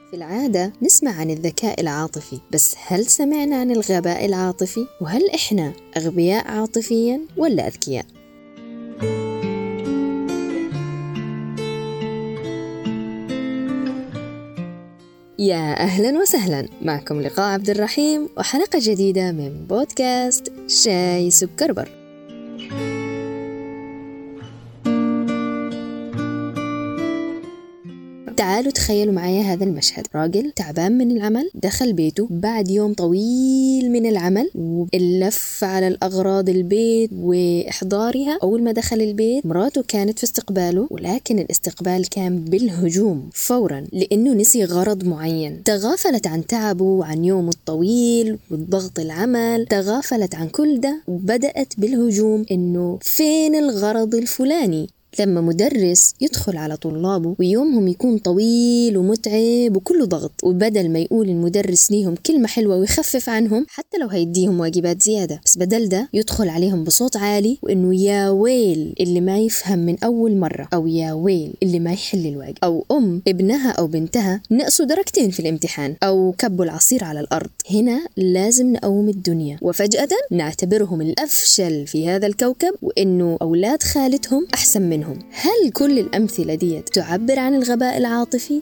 في العادة نسمع عن الذكاء العاطفي، بس هل سمعنا عن الغباء العاطفي؟ وهل إحنا أغبياء عاطفياً ولا أذكياء؟ يا أهلاً وسهلاً، معكم لقاء عبد الرحيم وحلقة جديدة من بودكاست شاي سكربر. تعالوا تخيلوا معايا هذا المشهد. راجل تعبان من العمل دخل بيته بعد يوم طويل من العمل واللف على الأغراض البيت وإحضارها. أول ما دخل البيت مراته كانت في استقباله، ولكن الاستقبال كان بالهجوم فورا لأنه نسي غرض معين. تغافلت عن تعبه وعن يومه الطويل والضغط العمل، تغافلت عن كل ده وبدأت بالهجوم إنه فين الغرض الفلاني. لما مدرس يدخل على طلابه ويومهم يكون طويل ومتعب وكله ضغط، وبدل ما يقول المدرس ليهم كلمة حلوة ويخفف عنهم حتى لو هيديهم واجبات زيادة، بس بدل ده يدخل عليهم بصوت عالي وإنه يا ويل اللي ما يفهم من أول مرة، أو يا ويل اللي ما يحل الواجب، أو ابنها أو بنتها نقصوا درجتين في الامتحان، أو كبوا العصير على الأرض. هنا لازم نقوم الدنيا وفجأة نعتبرهم الأفشل في هذا الكوكب، وإنه أولاد خالتهم أحسن منهم. هل كل الأمثلة دي تعبر عن الغباء العاطفي؟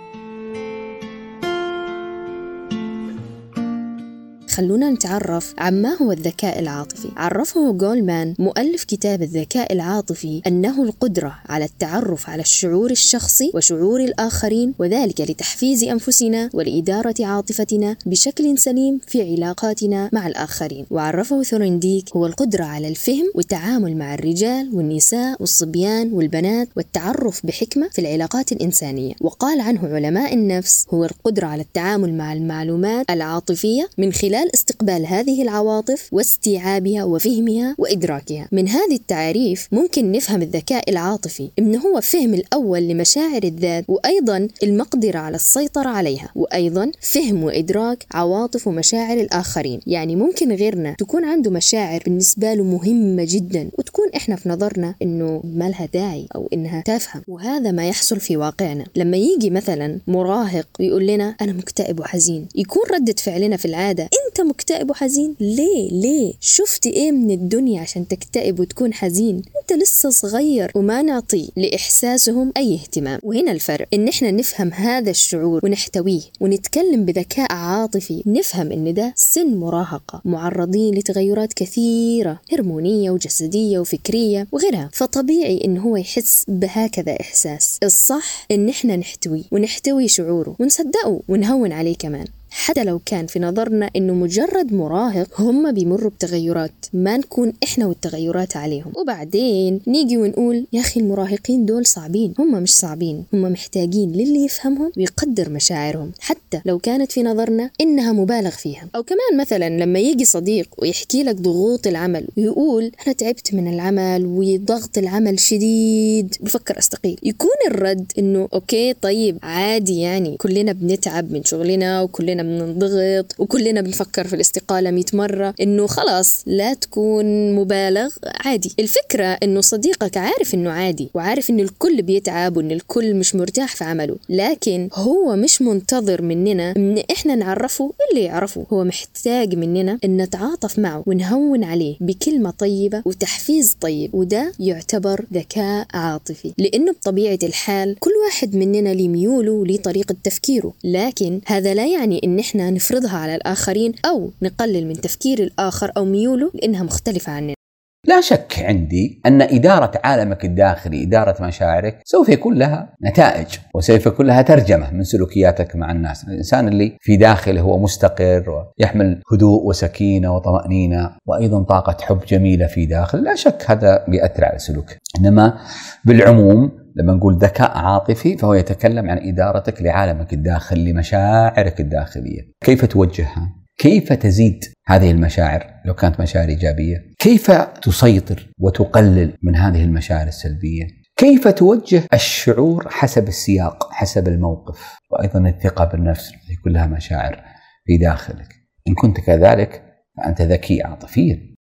خلونا نتعرف عما هو الذكاء العاطفي. عرفه جولمان مؤلف كتاب الذكاء العاطفي أنه القدرة على التعرف على الشعور الشخصي وشعور الآخرين، وذلك لتحفيز أنفسنا ولإدارة عاطفتنا بشكل سليم في علاقاتنا مع الآخرين. وعرفه ثورنديك هو القدرة على الفهم والتعامل مع الرجال والنساء والصبيان والبنات والتعرف بحكمة في العلاقات الإنسانية. وقال عنه علماء النفس هو القدرة على التعامل مع المعلومات العاطفية من خلال استقبال هذه العواطف واستيعابها وفهمها وإدراكها. من هذه التعريف ممكن نفهم الذكاء العاطفي إنه هو فهم الأول لمشاعر الذات، وأيضا المقدرة على السيطرة عليها، وأيضا فهم وإدراك عواطف ومشاعر الآخرين. يعني ممكن غيرنا تكون عنده مشاعر بالنسبة له مهمة جدا وتكون إحنا في نظرنا إنه ما لها داعي أو إنها تافهة، وهذا ما يحصل في واقعنا. لما يجي مثلا مراهق ويقول لنا أنا مكتئب وحزين، يكون ردة فعلنا في العادة أنت مكتئب وحزين؟ ليه؟ شفت إيه من الدنيا عشان تكتئب وتكون حزين؟ أنت لسه صغير. وما نعطي لإحساسهم أي اهتمام. وهنا الفرق، إن إحنا نفهم هذا الشعور ونحتويه ونتكلم بذكاء عاطفي. نفهم إن ده سن مراهقة، معرضين لتغيرات كثيرة هرمونية وجسدية وفكرية وغيرها، فطبيعي إن هو يحس بهكذا إحساس. الصح إن إحنا نحتويه ونحتوي شعوره ونصدقه ونهون عليه كمان، حتى لو كان في نظرنا إنه مجرد مراهق. هم بيمروا بتغيرات، ما نكون إحنا والتغيرات عليهم. وبعدين نيجي ونقول يا أخي المراهقين دول صعبين. هم مش صعبين، هم محتاجين للي يفهمهم ويقدر مشاعرهم حتى لو كانت في نظرنا إنها مبالغ فيها. أو كمان مثلا لما يجي صديق ويحكي لك ضغوط العمل ويقول أنا تعبت من العمل وضغط العمل شديد بفكر أستقيل، يكون الرد إنه أوكي طيب عادي، يعني كلنا بنتعب من شغلنا وكلنا بنضغط وكلنا بنفكر في الاستقالة 100 مرة، إنه خلاص لا تكون مبالغ، عادي. الفكرة إنه صديقك عارف إنه عادي وعارف إن الكل بيتعب وإن الكل مش مرتاح في عمله، لكن هو مش منتظر مننا إن إحنا نعرفه اللي يعرفه. هو محتاج مننا إن نتعاطف معه ونهون عليه بكلمة طيبة وتحفيز طيب، وده يعتبر ذكاء عاطفي. لأنه بطبيعة الحال كل واحد مننا ليه ميوله وليه طريقة تفكيره، لكن هذا لا يعني إن إحنا نفرضها على الآخرين أو نقلل من تفكير الآخر أو ميوله لأنها مختلفة عننا. لا شك عندي أن إدارة عالمك الداخلي، إدارة مشاعرك، سوف يكون لها نتائج وسوف يكون لها ترجمة من سلوكياتك مع الناس. الإنسان اللي في داخله هو مستقر ويحمل هدوء وسكينة وطمأنينة وأيضا طاقة حب جميلة في داخل، لا شك هذا بيأثر على سلوكك. إنما بالعموم لما نقول ذكاء عاطفي فهو يتكلم عن إدارتك لعالمك الداخلي، لمشاعرك الداخلية، كيف توجهها، كيف تزيد هذه المشاعر لو كانت مشاعر إيجابية، كيف تسيطر وتقلل من هذه المشاعر السلبية، كيف توجه الشعور حسب السياق حسب الموقف، وأيضا الثقة بالنفس، هذه كلها مشاعر في داخلك. إن كنت كذلك فأنت ذكي عاطفيا.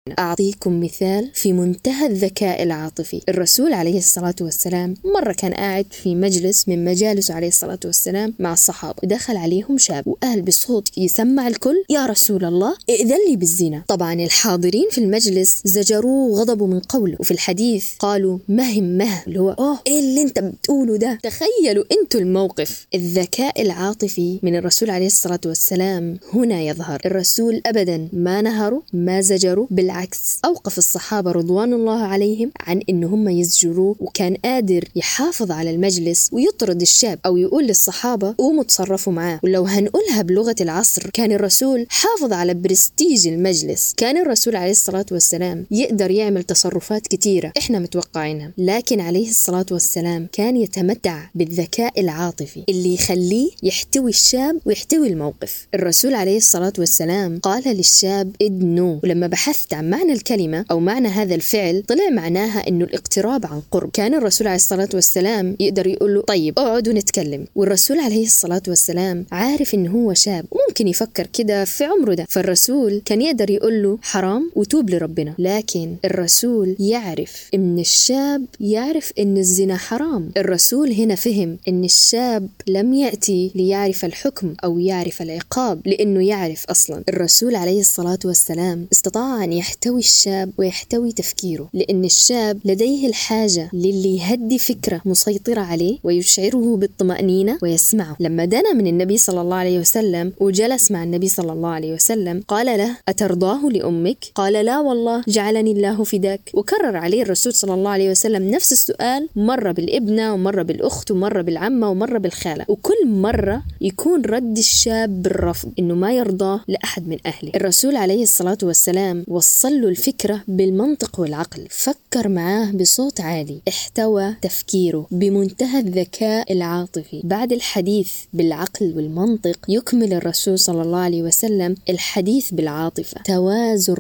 أعطيكم مثال في منتهى الذكاء العاطفي. الرسول عليه الصلاة والسلام مرة كان قاعد في مجلس من مجالسه عليه الصلاة والسلام مع الصحابة، ودخل عليهم شاب وقال بصوت يسمع الكل: يا رسول الله ائذن لي بالزنا. طبعا الحاضرين في المجلس زجروه وغضبوا من قوله، وفي الحديث قالوا مهم اللي هو ايه اللي انت بتقوله ده. تخيلوا انتوا الموقف. الذكاء العاطفي من الرسول عليه الصلاة والسلام هنا يظهر. الرسول أبدا ما نهروا ما زجروا، بالعكس أوقف الصحابة رضوان الله عليهم عن إن هم يزجروه، وكان قادر يحافظ على المجلس ويطرد الشاب أو يقول للصحابة قوموا تصرفوا معاه. ولو هنقولها بلغة العصر، كان الرسول حافظ على برستيج المجلس. كان الرسول عليه الصلاة والسلام يقدر يعمل تصرفات كتيرة إحنا متوقعينها، لكن عليه الصلاة والسلام كان يتمتع بالذكاء العاطفي اللي يخليه يحتوي الشاب ويحتوي الموقف. الرسول عليه الصلاة والسلام قال للشاب ادنو، ولما بحثت عن معنى الكلمة أو معنى هذا الفعل طلع معناها إنه الاقتراب عن قرب. كان الرسول عليه الصلاة والسلام يقدر يقول له طيب اقعدوا نتكلم، والرسول عليه الصلاة والسلام عارف إنه هو شاب وممكن يفكر كده في عمره ده، فالرسول كان يقدر يقول له حرام وتوب لربنا. لكن الرسول يعرف إن الشاب يعرف إن الزنا حرام. الرسول هنا فهم إن الشاب لم يأتي ليعرف الحكم أو يعرف العقاب، لأنه يعرف أصلا. الرسول عليه الصلاة والسلام استطاع أن يحتوي الشاب ويحتوي تفكيره، لأن الشاب لديه الحاجة للي يهدي فكرة مسيطرة عليه ويشعره بالطمأنينة ويسمعه. لما دنا من النبي صلى الله عليه وسلم وجلس مع النبي صلى الله عليه وسلم قال له أترضاه لأمك؟ قال لا والله جعلني الله فداك. وكرر عليه الرسول صلى الله عليه وسلم نفس السؤال، مرة بالابنة ومرة بالأخت ومرة بالعمة ومرة بالخالة، وكل مرة يكون رد الشاب بالرفض، إنه ما يرضاه لأحد من أهله. الرسول عليه الصلاة والسلام وصل له الفكرة بالمنطق والعقل، فكر معاه بصوت عالي، احتوى تفكيره بمنتهى الذكاء العاطفي. بعد الحديث بالعقل والمنطق يكمل الرسول صلى الله عليه وسلم الحديث بالعاطفة، توازن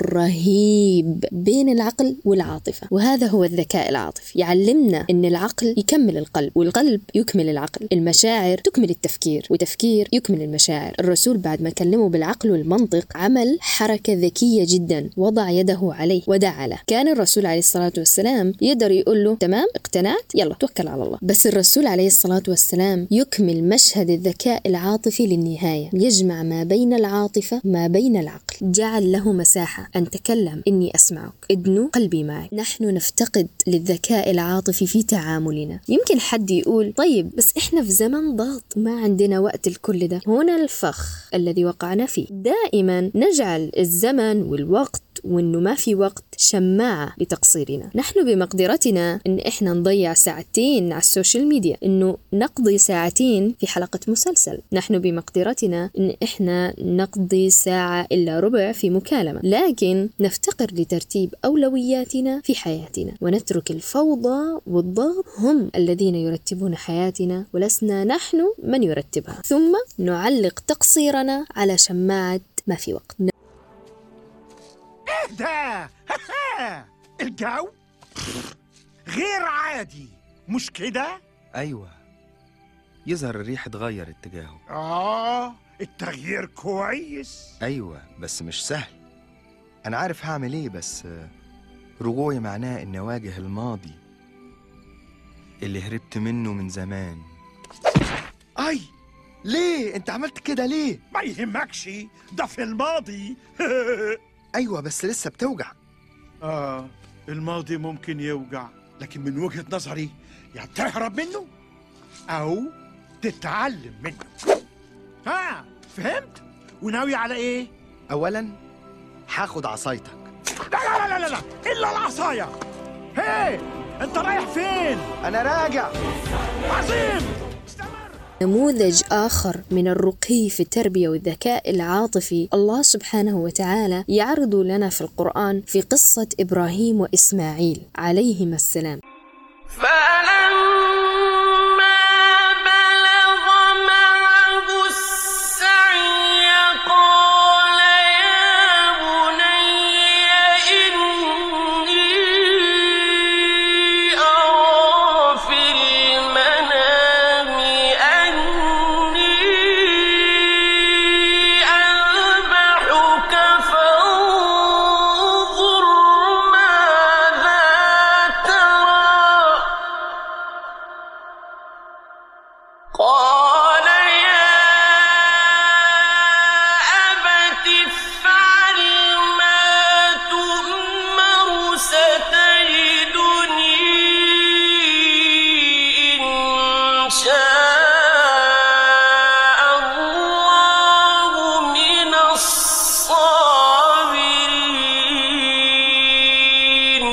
رهيب بين العقل والعاطفة. وهذا هو الذكاء العاطفي، يعلمنا إن العقل يكمل القلب والقلب يكمل العقل، المشاعر تكمل التفكير والتفكير يكمل المشاعر. الرسول بعد ما كلمه بالعقل والمنطق عمل حركة ذكية جدا، وضع يده عليه ودعا له. كان الرسول عليه الصلاة والسلام يقدر يقول له تمام اقتنعت يلا توكل على الله، بس الرسول عليه الصلاة والسلام يكمل مشهد الذكاء العاطفي للنهاية، يجمع ما بين العاطفة ما بين العقل، جعل له مساحة أن تكلم إني أسمعك ادنو قلبي معك. نحن نفتقد للذكاء العاطفي في تعاملنا. يمكن حد يقول طيب بس إحنا في زمن ضغط ما عندنا وقت الكل ده. هنا الفخ الذي وقعنا فيه، دائما نجعل الزمن والوقت وإنه ما في وقت شماعة لتقصيرنا. نحن بمقدرتنا إن إحنا نضيع ساعتين على السوشيال ميديا، إنه نقضي ساعتين في حلقة مسلسل. نحن بمقدرتنا إن إحنا نقضي ساعة إلا ربع في مكالمة، لكن نفتقر لترتيب أولوياتنا في حياتنا ونترك الفوضى والضغط هم الذين يرتبون حياتنا، ولسنا نحن من يرتبها، ثم نعلق تقصيرنا على شماعة ما في وقت. ده الجو غير عادي مش كده؟ أيوة، يظهر الريح اتغير اتجاهه. التغيير كويس. أيوة بس مش سهل. أنا عارف هعمل إيه، بس رجوعي معناه إني أواجه الماضي اللي هربت منه من زمان. أي ليه؟ أنت عملت كده ليه؟ ما يهمكش، ده في الماضي. أيوة بس لسه بتوجع. الماضي ممكن يوجع، لكن من وجهة نظري يا تهرب منه أو تتعلم منه. فهمت؟ وناوي على إيه؟ أولاً هاخد عصايتك. لا لا لا لا لا، إلا العصاية. هي أنت رايح فين؟ أنا راجع. عظيم. نموذج آخر من الرقي في التربية والذكاء العاطفي الله سبحانه وتعالى يعرض لنا في القرآن في قصة إبراهيم وإسماعيل عليهما السلام. فانظر قال يا أبت افعل ما تؤمر ستجدني إن شاء الله من الصابرين.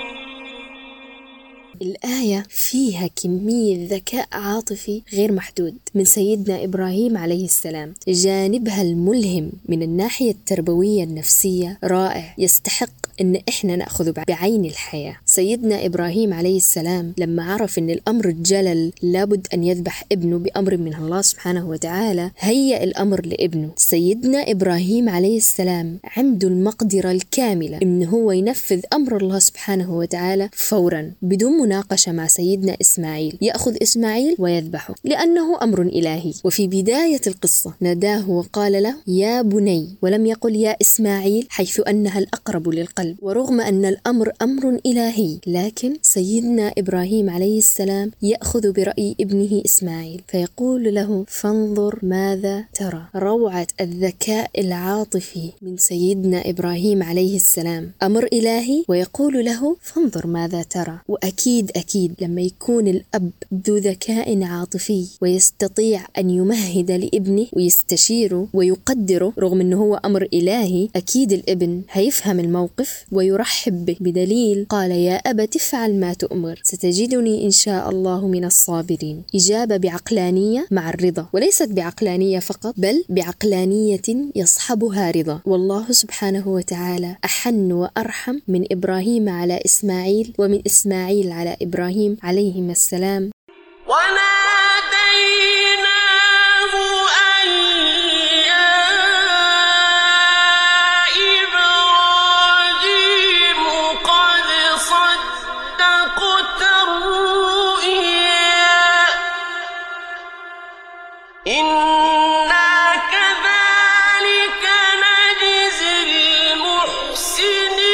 الآية فيها كمية ذكاء عاطفي غير محدود من سيدنا إبراهيم عليه السلام. جانبها الملهم من الناحية التربوية النفسية رائع، يستحق إن إحنا نأخذ بعين الحياة. سيدنا إبراهيم عليه السلام لما عرف إن الأمر الجلل لابد أن يذبح ابنه بأمر من الله سبحانه وتعالى، هيأ الأمر لابنه. سيدنا إبراهيم عليه السلام عنده المقدرة الكاملة إن هو ينفذ أمر الله سبحانه وتعالى فورا بدون مناقشة مع سيدنا إسماعيل، يأخذ إسماعيل ويذبحه لأنه أمر إلهي. وفي بداية القصة ناداه وقال له يا بني، ولم يقل يا إسماعيل حيث أنها الأقرب للقلب. ورغم أن الأمر أمر إلهي، لكن سيدنا إبراهيم عليه السلام يأخذ برأي ابنه إسماعيل فيقول له فانظر ماذا ترى. روعة الذكاء العاطفي من سيدنا إبراهيم عليه السلام، أمر إلهي ويقول له فانظر ماذا ترى. وأكيد لما يكون الأب ذو ذكاء عاطفي ويستطيع أن يمهد لابنه ويستشيره ويقدره رغم أنه هو أمر إلهي، أكيد الابن هيفهم الموقف ويرحب به، بدليل قال يا أبت افعل ما تؤمر ستجدني إن شاء الله من الصابرين. إجابة بعقلانية مع الرضا، وليست بعقلانية فقط بل بعقلانية يصحبها رضا. والله سبحانه وتعالى أحن وأرحم من إبراهيم على إسماعيل ومن إسماعيل على إبراهيم عليهما السلام. وناديناه أن يا إبراهيم قد صدقت الرؤيا إنا كذلك نجزي المحسنين.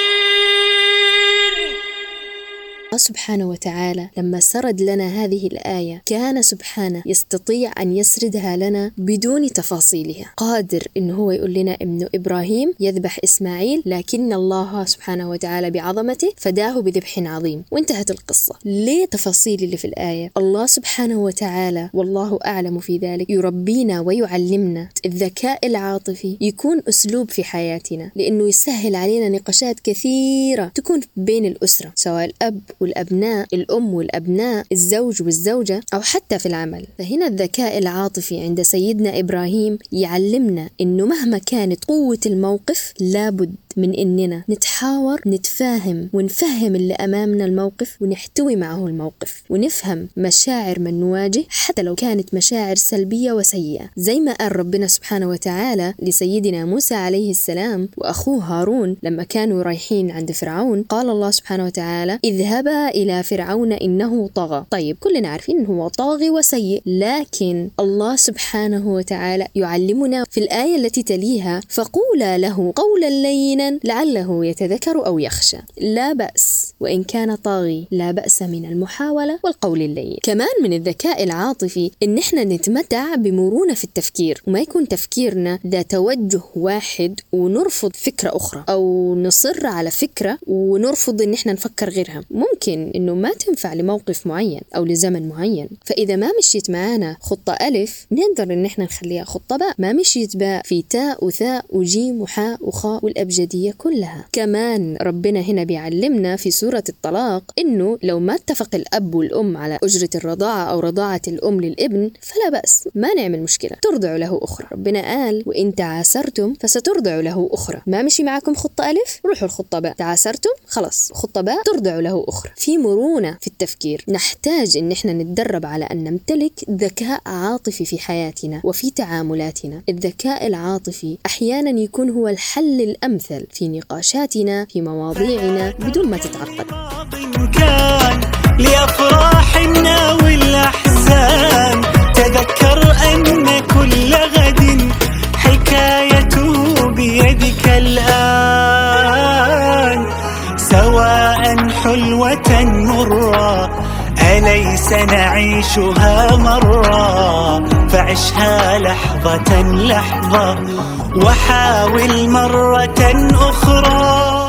الله سبحانه وتعالى لما سرد لنا هذه الآية كان سبحانه يستطيع أن يسردها لنا بدون تفاصيلها. قادر إنه هو يقول لنا إنه إبراهيم يذبح إسماعيل، لكن الله سبحانه وتعالى بعظمته فداه بذبح عظيم وانتهت القصة. ليه تفاصيل اللي في الآية؟ الله سبحانه وتعالى والله أعلم في ذلك يربينا ويعلمنا الذكاء العاطفي يكون أسلوب في حياتنا، لأنه يسهل علينا نقاشات كثيرة تكون بين الأسرة، سواء الأب والأبناء، الأم والأبناء، الزوج والزوجة، أو حتى في العمل. فهنا الذكاء العاطفي عند سيدنا إبراهيم يعلمنا إنه مهما كانت قوة الموقف لابد من إننا نتحاور، نتفاهم ونفهم اللي أمامنا الموقف ونحتوي معه الموقف ونفهم مشاعر من نواجه حتى لو كانت مشاعر سلبية وسيئة، زي ما قال ربنا سبحانه وتعالى لسيدنا موسى عليه السلام وأخوه هارون لما كانوا رايحين عند فرعون. قال الله سبحانه وتعالى اذهبا إلى فرعون إنه طغى. طيب كلنا عارفين إنه هو طاغي وسيء، لكن الله سبحانه وتعالى يعلمنا في الآية التي تليها فقولا له قولا لينا لعله يتذكر أو يخشى. لا بأس وإن كان طاغي، لا بأس من المحاولة والقول اللين. كمان من الذكاء العاطفي إن إحنا نتمتع بمرونة في التفكير، وما يكون تفكيرنا ذا توجه واحد ونرفض فكرة أخرى، أو نصر على فكرة ونرفض إن إحنا نفكر غيرها. ممكن إنه ما تنفع لموقف معين أو لزمن معين، فإذا ما مشيت معانا خطة ألف نقدر إن إحنا نخليها خطة باء، ما مشيت باء في تاء وثاء وجيم وحاء وخاء والأبجدية كلها. كمان ربنا هنا بيعلمنا في سورة الطلاق إنه لو ما اتفق الأب والأم على أجرة الرضاعة أو رضاعة الأم للابن فلا بأس، ما نعمل مشكلة، ترضع له أخرى. ربنا قال وإن تعاسرتم فسترضع له أخرى. ما مشي معكم خطة ألف روحوا الخطة باء، تعاسرتم خلاص خطة باء ترضع له أخرى. في مرونة في التفكير. نحتاج إن احنا نتدرب على أن نمتلك ذكاء عاطفي في حياتنا وفي تعاملاتنا. الذكاء العاطفي أحيانا يكون هو الحل الأمثل في نقاشاتنا في مواضيعنا بدون ما تتعقد. كان لأفراحنا والأحزان تذكر أن كل غد حكايته بيدك الآن، سواء حلوة مرة أليس سنعيشها مرة، فعشها لحظة لحظة وحاول مرة أخرى.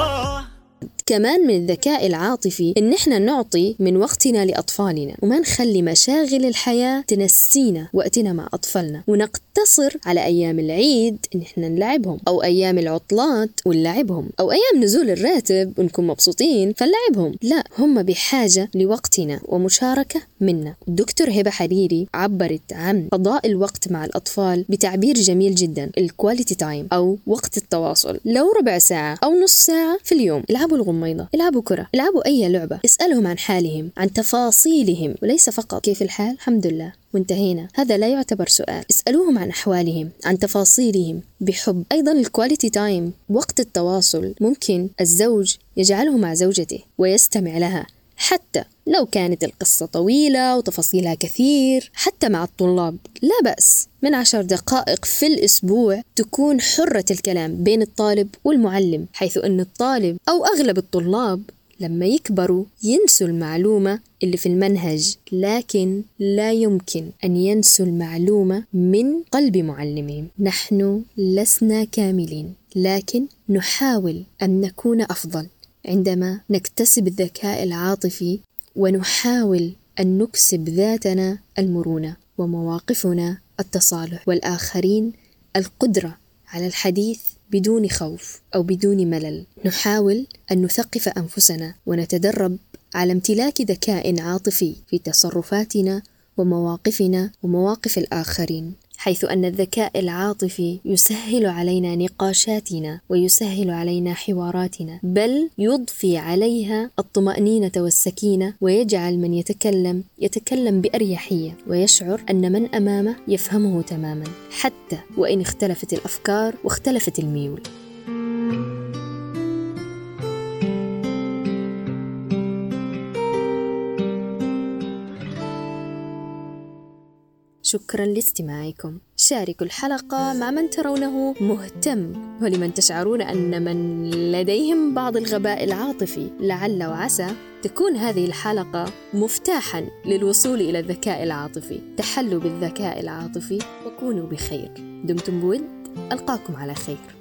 كمان من الذكاء العاطفي إن إحنا نعطي من وقتنا لأطفالنا، وما نخلي مشاغل الحياة تنسينا وقتنا مع أطفالنا، ونقتصر على أيام العيد إن إحنا نلعبهم، أو أيام العطلات ونلعبهم، أو أيام نزول الراتب ونكون مبسوطين فنلعبهم. لا، هم بحاجة لوقتنا ومشاركة منا. الدكتور هبة حريري عبرت عن قضاء الوقت مع الأطفال بتعبير جميل جدا، الكواليتي تايم أو وقت التواصل. لو ربع ساعة أو نص ساعة في اليوم، العبوا الغميضة، العبوا كرة، العبوا أي لعبة، اسألهم عن حالهم، عن تفاصيلهم، وليس فقط كيف الحال الحمد لله وانتهينا، هذا لا يعتبر سؤال. اسألوهم عن أحوالهم، عن تفاصيلهم بحب. أيضا الكواليتي تايم، وقت التواصل، ممكن الزوج يجعله مع زوجته ويستمع لها حتى لو كانت القصة طويلة وتفاصيلها كثير. حتى مع الطلاب لا بأس من 10 دقائق في الأسبوع تكون حرة الكلام بين الطالب والمعلم، حيث أن الطالب أو أغلب الطلاب لما يكبروا ينسوا المعلومة اللي في المنهج، لكن لا يمكن أن ينسوا المعلومة من قلب معلمهم. نحن لسنا كاملين، لكن نحاول أن نكون أفضل عندما نكتسب الذكاء العاطفي، ونحاول أن نكسب ذاتنا المرونة، ومواقفنا التصالح، والآخرين القدرة على الحديث بدون خوف أو بدون ملل. نحاول أن نثقف أنفسنا ونتدرب على امتلاك ذكاء عاطفي في تصرفاتنا ومواقفنا ومواقف الآخرين، حيث أن الذكاء العاطفي يسهل علينا نقاشاتنا ويسهل علينا حواراتنا، بل يضفي عليها الطمأنينة والسكينة، ويجعل من يتكلم بأريحية، ويشعر أن من أمامه يفهمه تماما، حتى وإن اختلفت الأفكار واختلفت الميول. شكرا لاستماعكم. شاركوا الحلقة مع من ترونه مهتم، ولمن تشعرون أن من لديهم بعض الغباء العاطفي. لعل وعسى تكون هذه الحلقة مفتاحا للوصول إلى الذكاء العاطفي. تحلوا بالذكاء العاطفي وكونوا بخير. دمتم بود، ألقاكم على خير.